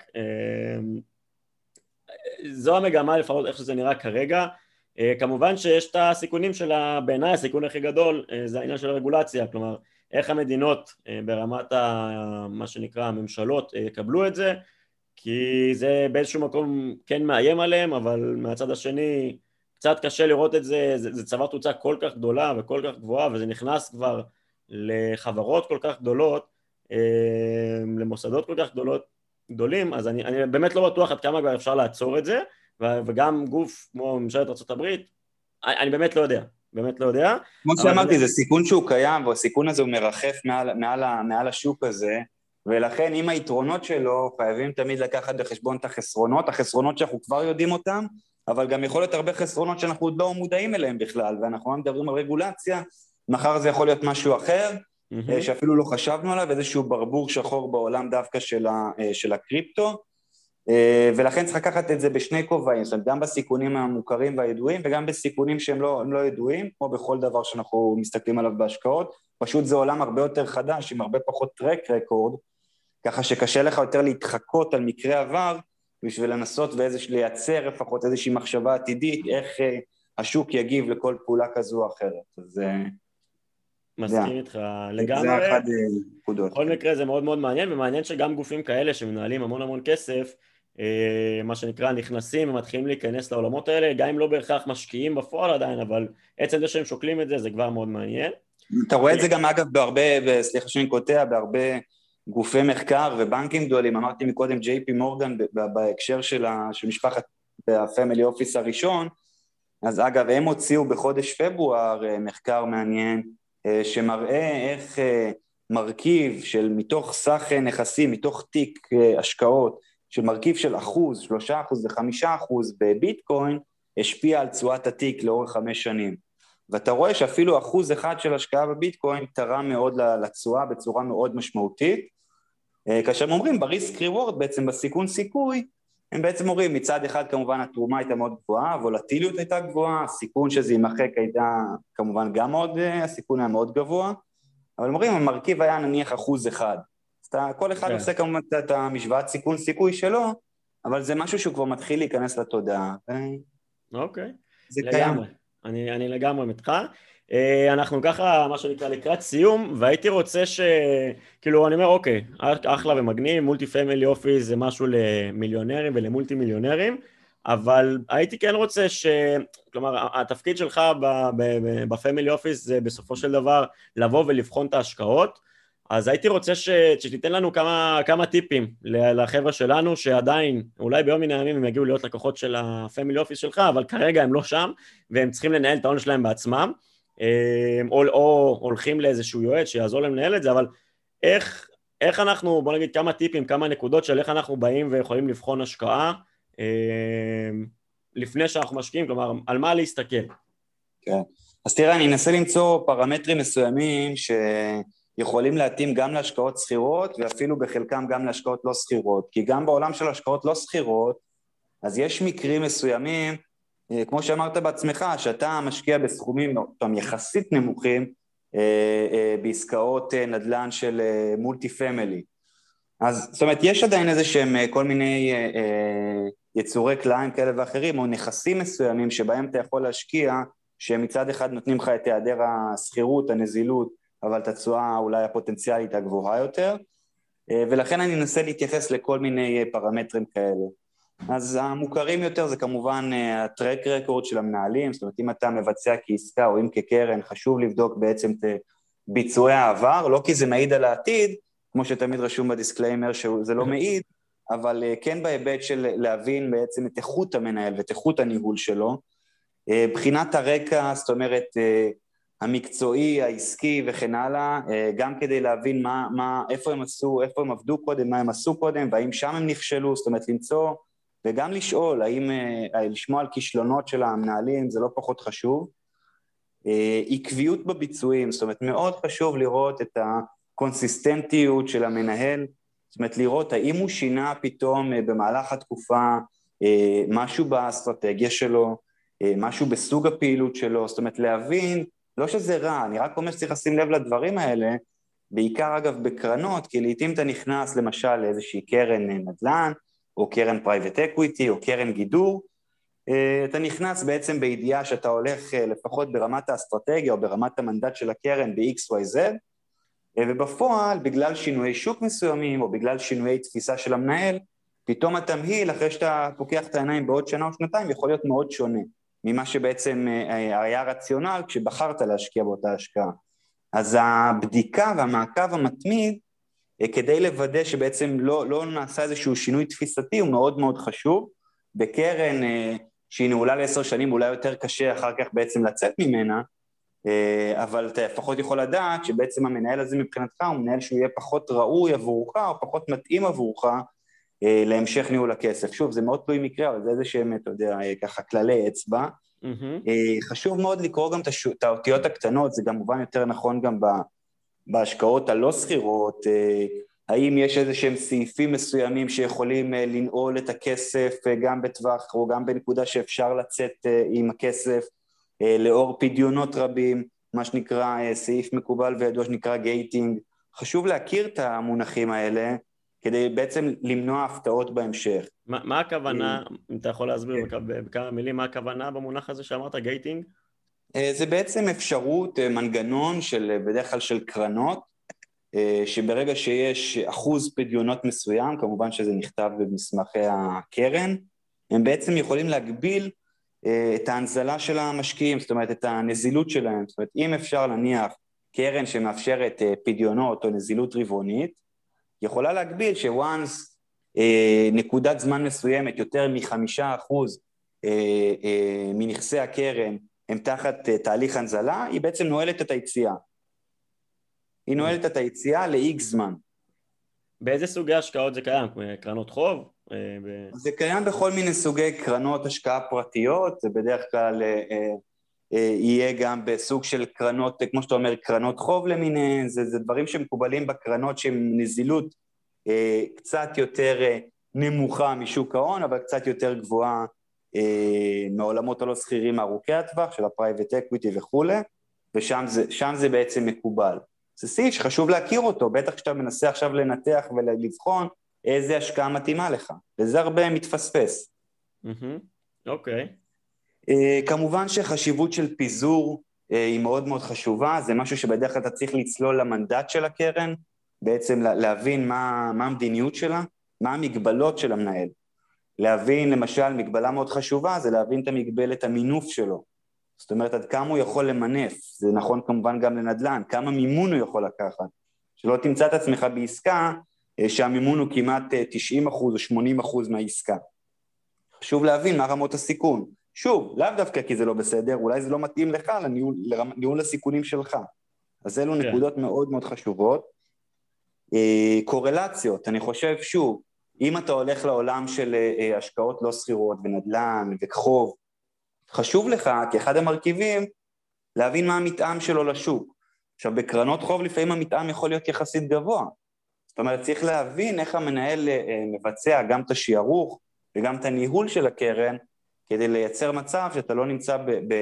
זו המגמה לפחות איך שזה נראה כרגע. כמובן שיש את הסיכונים של, בעיניי הסיכון הכי גדול, זה העניין של הרגולציה, כלומר, איך המדינות ברמת ה, מה שנקרא הממשלות יקבלו את זה, כי זה באיזשהו מקום כן מאיים עליהם, אבל מהצד השני קצת קשה לראות את זה, זה, זה צבא תאוצה כל כך גדולה וכל כך גבוהה, וזה נכנס כבר לחברות כל כך גדולות, למוסדות כל כך גדולות, גדולים, אז אני, אני באמת לא בטוח עד כמה כבר אפשר לעצור את זה, וגם גוף כמו ממשלת ארצות הברית, אני באמת לא יודע, באמת לא יודע. כמו שאמרתי, זה סיכון שהוא קיים, והסיכון הזה הוא מרחף מעל, מעל, מעל השוק הזה, ולכן עם היתרונות שלו, חייבים תמיד לקחת בחשבון את החסרונות, החסרונות שאנחנו כבר יודעים אותם, אבל גם יכול להיות הרבה חסרונות שאנחנו עוד לא מודעים אליהם בכלל, ואנחנו לא מדברים על רגולציה, מחר זה יכול להיות משהו אחר, שאפילו לא חשבנו עליו, איזשהו ברבור שחור בעולם דווקא של, ה, של הקריפטו, ולכן צריך לקחת את זה בשני כובעים, זאת אומרת, גם בסיכונים המוכרים והידועים, וגם בסיכונים שהם לא, לא ידועים, כמו בכל דבר שאנחנו מסתכלים עליו בהשקעות, פשוט זה עולם הרבה יותר חדש, עם הרבה פחות טרק רקורד, ככה שקשה לך יותר להתחקות על מקרה עבר, בשביל לנסות ואיזוש לייצר לפחות איזושהי מחשבה עתידית, איך השוק יגיב לכל פעולה כזו או אחרת. אז מסכים איתך לגמרי. זה אחד נקודות. בכל מקרה זה מאוד מאוד מעניין, ומעניין שגם גופים כאלה שמנהלים המון המון כסף, מה שנקרא נכנסים ומתחילים להיכנס לעולמות האלה, גם אם לא בהכרח משקיעים בפועל עדיין, אבל עצם זה שהם שוקלים את זה, זה כבר מאוד מעניין. אתה רואה את זה גם אגב בהרבה, סליחה שאני קוטע, בהרבה גופי מחקר ובנקים גדולים, אמרתי מקודם ג'יי פי מורגן בהקשר של משפחת הפמילי אופיס הראשון, אז אגב הם הוציאו בחודש פברואר מחקר מעניין, שמראה איך מרכיב של מתוך סך נכסים, מתוך תיק השקעות, של מרכיב של אחוז, שלושה אחוז וחמישה אחוז בביטקוין, השפיע על תשואת התיק לאורך חמש שנים. ואתה רואה שאפילו אחוז אחד של השקעה בביטקוין תרם מאוד לתשואה בצורה מאוד משמעותית, כאשר הם אומרים בריסק ריוורד, בעצם בסיכון סיכוי, הם בעצם אומרים מצד אחד כמובן התרומה הייתה מאוד גבוהה, הוולטיליות הייתה גבוהה, הסיכון שזה יימחק הייתה כמובן גם מאוד, הסיכון היה מאוד גבוה, אבל אומרים המרכיב היה נניח אחוז אחד, אז כל אחד עושה כמובן את המשוואת סיכון סיכוי שלו, אבל זה משהו שהוא כבר מתחיל להיכנס לתודעה. אוקיי, לגמרי, אני, אני לגמרי מתך. אנחנו ככה, מה שנקרא, לקראת סיום, והייתי רוצה ש... כאילו, אני אומר, אוקיי, אחלה ומגניב, מולטי פמילי אופיס זה משהו למיליונרים ולמולטי מיליונרים, אבל הייתי כן רוצה ש... כלומר, התפקיד שלך בפמילי אופיס זה בסופו של דבר לבוא ולבחון את ההשקעות, אז הייתי רוצה ש... שתיתן לנו כמה, כמה טיפים לחבר'ה שלנו, שעדיין, אולי ביום מן הימים הם יגיעו להיות לקוחות של הפמילי אופיס שלך, אבל כרגע הם לא שם, והם צריכים לנהל את ההון שלהם בעצמם, או, או הולכים לאיזשהו יועץ שיעזור להם לנהל את זה, אבל איך, איך אנחנו, בוא נגיד כמה טיפים, כמה נקודות של איך אנחנו באים ויכולים לבחון השקעה, לפני שאנחנו משקיעים, כלומר, על מה להסתכל? כן, אז תראה, אני אנסה למצוא פרמטרים מסוימים שיכולים להתאים גם להשקעות סחירות, ואפילו בחלקם גם להשקעות לא סחירות, כי גם בעולם של השקעות לא סחירות, אז יש מקרים מסוימים, כמו שאמרת בעצמך, שאתה משקיע בסכומים יחסית נמוכים, בעסקאות נדל"ן של מולטי פמילי. אז זאת אומרת, יש עדיין איזה שהם כל מיני יצורי קליים כאלה ואחרים, או נכסים מסוימים שבהם אתה יכול להשקיע, שמצד אחד נותנים לך את היעדר הסחירות, הנזילות, אבל את התשואה אולי הפוטנציאלית הגבוהה יותר, ולכן אני אנסה להתייחס לכל מיני פרמטרים כאלה. אז המוכרים יותר זה כמובן הטרק רקורד של המנהלים, זאת אומרת אם אתה מבצע כעסקה או אם כקרן, חשוב לבדוק בעצם את ביצועי העבר, לא כי זה מעיד על העתיד, כמו שתמיד רשום בדיסקליימר שזה לא מעיד, אבל כן בהיבט של להבין בעצם את איכות המנהל ואת איכות הניהול שלו, בחינת הרקע, זאת אומרת המקצועי, העסקי וכן הלאה, גם כדי להבין מה, מה, איפה הם עשו, איפה הם עבדו קודם, מה הם עשו קודם, והאם שם הם נכשלו, זאת אומרת למצוא, וגם לשאול, האם, לשמוע על כישלונות של המנהלים, זה לא פחות חשוב, עקביות בביצועים, זאת אומרת מאוד חשוב לראות את הקונסיסטנטיות של המנהל, זאת אומרת לראות האם הוא שינה פתאום במהלך התקופה, משהו באסטרטגיה שלו, משהו בסוג הפעילות שלו, זאת אומרת להבין, לא שזה רע, אני רק אומר שצריך לשים לב לדברים האלה, בעיקר אגב בקרנות, כי לעתים אתה נכנס למשל לאיזושהי קרן נדל"ן, או קרן פרייבט אקוויטי, או קרן גידור, אתה נכנס בעצם בידיעה שאתה הולך לפחות ברמת האסטרטגיה, או ברמת המנדט של הקרן ב-אקס וואי זד, ובפועל, בגלל שינויי שוק מסוימים, או בגלל שינויי תפיסה של המנהל, פתאום התמהיל, אחרי שאתה פוקח את העיניים בעוד שנה או שנתיים, יכול להיות מאוד שונה, ממה שבעצם היה רציונל כשבחרת להשקיע באותה השקעה. אז הבדיקה והמעקב המתמיד, כדי לוודא שבעצם לא, לא נעשה איזשהו שינוי תפיסתי, הוא מאוד מאוד חשוב. בקרן שהיא נעולה לעשר שנים, אולי יותר קשה אחר כך בעצם לצאת ממנה, אבל אתה לפחות יכול לדעת שבעצם המנהל הזה מבחינתך, הוא מנהל שהוא יהיה פחות ראוי עבורך, או פחות מתאים עבורך, להמשך ניהול הכסף. שוב, זה מאוד תלוי מקרה, אבל זה איזה שהם, אתה יודע, ככה כללי אצבע. Mm-hmm. חשוב מאוד לקרוא גם את האותיות הקטנות, זה גם מובן יותר נכון גם בהשקעות הלא סחירות, האם יש איזה שהם סעיפים מסוימים שיכולים לנעול את הכסף גם בטווח או גם בנקודה שאפשר לצאת עם הכסף, לאור פדיונות רבים, מה שנקרא סעיף מקובל וידוע שנקרא גייטינג. חשוב להכיר את המונחים האלה, כדי בעצם למנוע הפתעות בהמשך. מה, מה הכוונה, אם אתה יכול להסביר בכמה מילים, מה הכוונה במונח הזה שאמרת, גייטינג? זה בעצם אפשרות, מנגנון של, בדרך כלל של קרנות, שברגע שיש אחוז פדיונות מסוים, כמובן שזה נכתב במסמכי הקרן, הם בעצם יכולים להגביל את ההנזלה של המשקיעים, זאת אומרת, את הנזילות שלהם. זאת אומרת, אם אפשר להניח קרן שמאפשרת פדיונות או נזילות רבעונית, יכולה להגביל שוואנס נקודת זמן מסוימת, יותר מחמישה אחוז מנכסי הקרן, הם תחת תהליך הנזלה, היא בעצם נועלת את היציאה. היא נועלת את היציאה ל-X זמן. באיזה סוגי השקעות זה קיים? קרנות חוב? זה קיים בכל מיני סוגי קרנות השקעה פרטיות, זה בדרך כלל יהיה גם בסוג של קרנות, כמו שאתה אומר, קרנות חוב למיניהן, זה, זה דברים שמקובלים בקרנות שהן נזילות קצת יותר נמוכה משוק ההון, אבל קצת יותר גבוהה מעולמות הלא סחירים ארוכי הטווח, של הפרייבט אקוויטי וכו', ושם זה, שם זה בעצם מקובל. זה סעיף שחשוב להכיר אותו, בטח כשאתה מנסה עכשיו לנתח ולבחון איזה השקעה מתאימה לך, וזה הרבה מתפספס. אוקיי. כמובן שחשיבות של פיזור היא מאוד מאוד חשובה, זה משהו שבדרך כלל אתה צריך לצלול למנדט של הקרן, בעצם להבין מה, מה המדיניות שלה, מה המגבלות של המנהל. להבין למשל מגבלה מאוד חשובה, זה להבין את המגבלת המינוף שלו. זאת אומרת, עד כמה הוא יכול למנף, זה נכון כמובן גם לנדל"ן, כמה מימון הוא יכול לקחת, שלא תמצא את עצמך בעסקה שהמימון הוא כמעט תשעים אחוז או שמונים אחוז מהעסקה. חשוב להבין מה רמות הסיכון. שוב, לאו דווקא כי זה לא בסדר, אולי זה לא מתאים לך לניהול, לניהול הסיכונים שלך. אז אלו כן. נקודות מאוד מאוד חשובות. קורלציות, אני חושב שוב, אם אתה הולך לעולם של השקעות לא סחירות ונדל"ן וחוב, חשוב לך, כאחד המרכיבים, להבין מה המתאם שלו לשוק. עכשיו, בקרנות חוב לפעמים המתאם יכול להיות יחסית גבוה. זאת אומרת, צריך להבין איך המנהל מבצע גם את השיערוך וגם את הניהול של הקרן, כדי לייצר מצב שאתה לא נמצא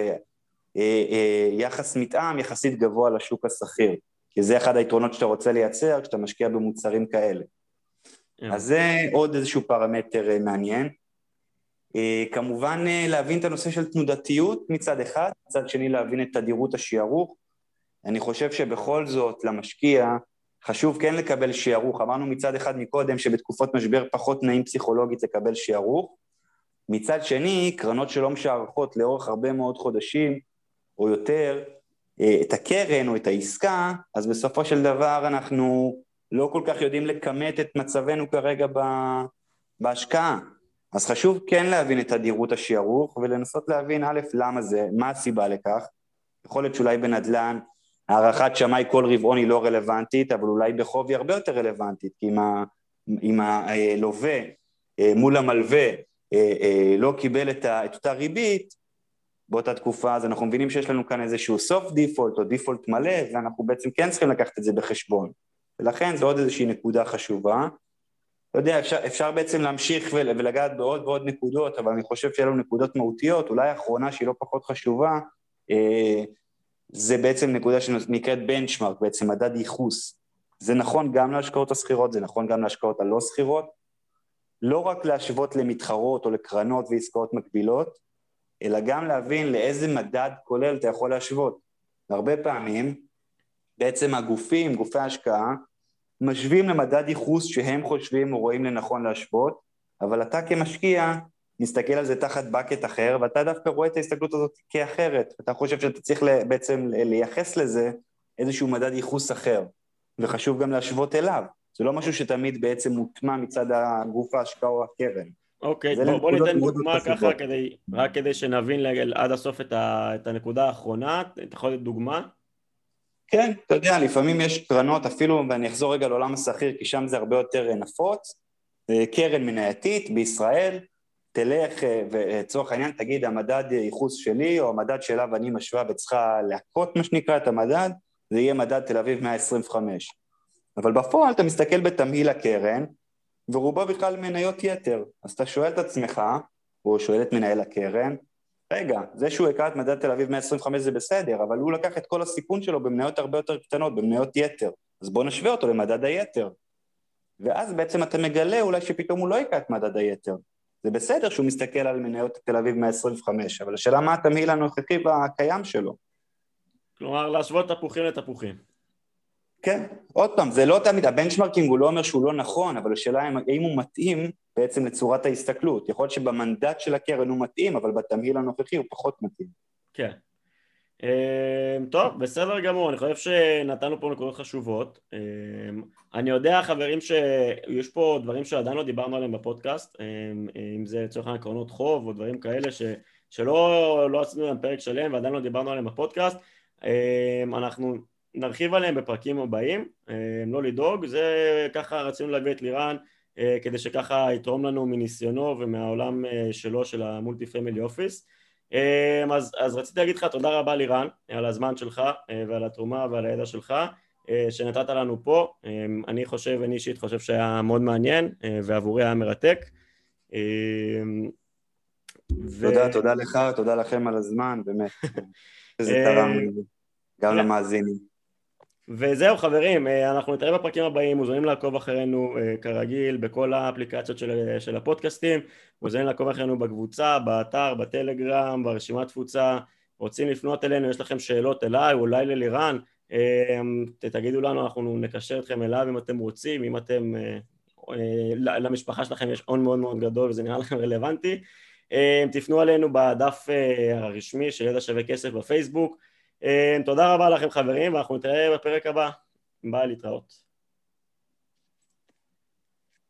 ביחס מתאם יחסית גבוה לשוק הסחיר. כי זה אחד היתרונות שאתה רוצה לייצר כשאתה משקיע במוצרים כאלה. אז זה עוד איזשהו פרמטר מעניין. כמובן להבין את הנושא של תנודתיות מצד אחד, מצד שני להבין את תדירות השיערוך. אני חושב שבכל זאת למשקיע חשוב כן לקבל שיערוך. אמרנו מצד אחד מקודם שבתקופות משבר פחות נעים פסיכולוגית לקבל שיערוך. מצד שני, קרנות שלא משערכות לאורך הרבה מאוד חודשים או יותר את הקרן או את העסקה, אז בסופו של דבר אנחנו לא כל כך יודעים לכמת את מצבנו כרגע בהשקעה. אז חשוב כן להבין את תדירות השיערוך, ולנסות להבין א', למה זה, מה הסיבה לכך. יכול להיות שאולי בנדל"ן, הערכת שמאי כל רבעון היא לא רלוונטית, אבל אולי בחוב היא הרבה יותר רלוונטית, כי אם הלווה מול המלווה לא קיבל את אותה ריבית, באותה תקופה, אז אנחנו מבינים שיש לנו כאן איזשהו soft default או default מלא, ואנחנו בעצם כן צריכים לקחת את זה בחשבון. ולכן זו עוד איזושהי נקודה חשובה. לא יודע, אפשר, אפשר בעצם להמשיך ולגעת בעוד ועוד נקודות, אבל אני חושב שאלו נקודות מהותיות, אולי האחרונה שהיא לא פחות חשובה, זה בעצם נקודה שנקראת בנצ'מרק, בעצם מדד ייחוס. זה נכון גם להשקעות הסחירות, זה נכון גם להשקעות הלא סחירות, לא רק להשוות למתחרות או לקרנות ועסקאות מקבילות, אלא גם להבין לאיזה מדד כולל אתה יכול להשוות. הרבה פעמים, בעצם הגופים, גופי ההשקעה, משווים למדד ייחוס שהם חושבים או רואים לנכון להשוות, אבל אתה כמשקיע מסתכל על זה תחת בקט אחר, ואתה דווקא רואה את ההסתכלות הזאת כאחרת. אתה חושב שאתה צריך בעצם לייחס לזה איזשהו מדד ייחוס אחר, וחשוב גם להשוות אליו. זה לא משהו שתמיד בעצם מוטמע מצד הגוף ההשקעה או הקרן. אוקיי, בוא, בוא ניתן דוגמה ככה, כדי, רק כדי שנבין עד הסוף את, ה, את הנקודה האחרונה. אתה יכול לתת דוגמה? כן, אתה יודע, לפעמים יש קרנות, אפילו, ואני אחזור רגע לעולם הסחיר, כי שם זה הרבה יותר נפוץ, קרן מנייתית בישראל, תלך וצורך העניין, תגיד, המדד ייחוס שלי, או המדד שלה ואני משווה וצריכה להקות מה שנקרא את המדד, זה יהיה מדד תל אביב מאה עשרים וחמש. אבל בפועל אתה מסתכל בתמהיל הקרן, ורובו בכלל מניות יתר. אז אתה שואל את עצמך, או שואל את מנהל הקרן, רגע, זה שהוא הקרא את מדד תל אביב מאה עשרים וחמש זה בסדר, אבל הוא לקח את כל הסיכון שלו במניות הרבה יותר קטנות, במניות יתר. אז בוא נשווה אותו למדד היתר. ואז בעצם אתה מגלה אולי שפתאום הוא לא יקרא את מדד היתר. זה בסדר שהוא מסתכל על מניות תל אביב מאה עשרים וחמש, אבל השאלה מה התמהיל הנוכחי והקיים שלו. כלומר, להשוות תפוחים לתפוחים. כן, עוד פעם, זה לא תמיד, הבנצ'מרקינג הוא לא אומר שהוא לא נכון, אבל השאלה האם הוא מתאים בעצם לצורת ההסתכלות. יכול להיות שבמנדט של הקרן הוא מתאים, אבל בתמהיל הנוכחי הוא פחות מתאים. כן. טוב, בסדר גמור, אני חושב שנתנו פה נקודות חשובות. אני יודע, חברים, שיש פה דברים שעדיין לא דיברנו עליהם בפודקאסט, אם זה לצורך העקרונות חוב או דברים כאלה שלא לא עשינו להם פרק שלם ועדיין לא דיברנו עליהם בפודקאסט. אנחנו נרחיב עליהם בפרקים הבאים, לא לדאוג, זה ככה רצינו להביא את לירן, כדי שככה יתרום לנו מניסיונו ומהעולם שלו, של המולטי פמילי אופיס. אז, אז רציתי להגיד לך תודה רבה לירן, על הזמן שלך ועל התרומה ועל הידע שלך, שנתת לנו פה. אני חושב, אני אישית חושב שהיה מאוד מעניין, ועבורי היה מרתק. ו... תודה, תודה לך, תודה לכם על הזמן, באמת. זה תרם גם למאזינים. וזהו חברים, אנחנו נתראה בפרקים הבאים, מוזמנים לעקוב אחרינו כרגיל בכל האפליקציות של, של הפודקאסטים, מוזמנים לעקוב אחרינו בקבוצה, באתר, בטלגרם, ברשימת תפוצה, רוצים לפנות אלינו, יש לכם שאלות אליי, אולי ללירן, תגידו לנו, אנחנו נקשר אתכם אליו אם אתם רוצים, אם אתם, למשפחה שלכם יש הון מאוד מאוד גדול וזה נראה לכם רלוונטי, תפנו עלינו בדף הרשמי של ידע שווה כסף בפייסבוק. תודה רבה לכם חברים, ואנחנו נתראה בפרק הבא. ביי, להתראות.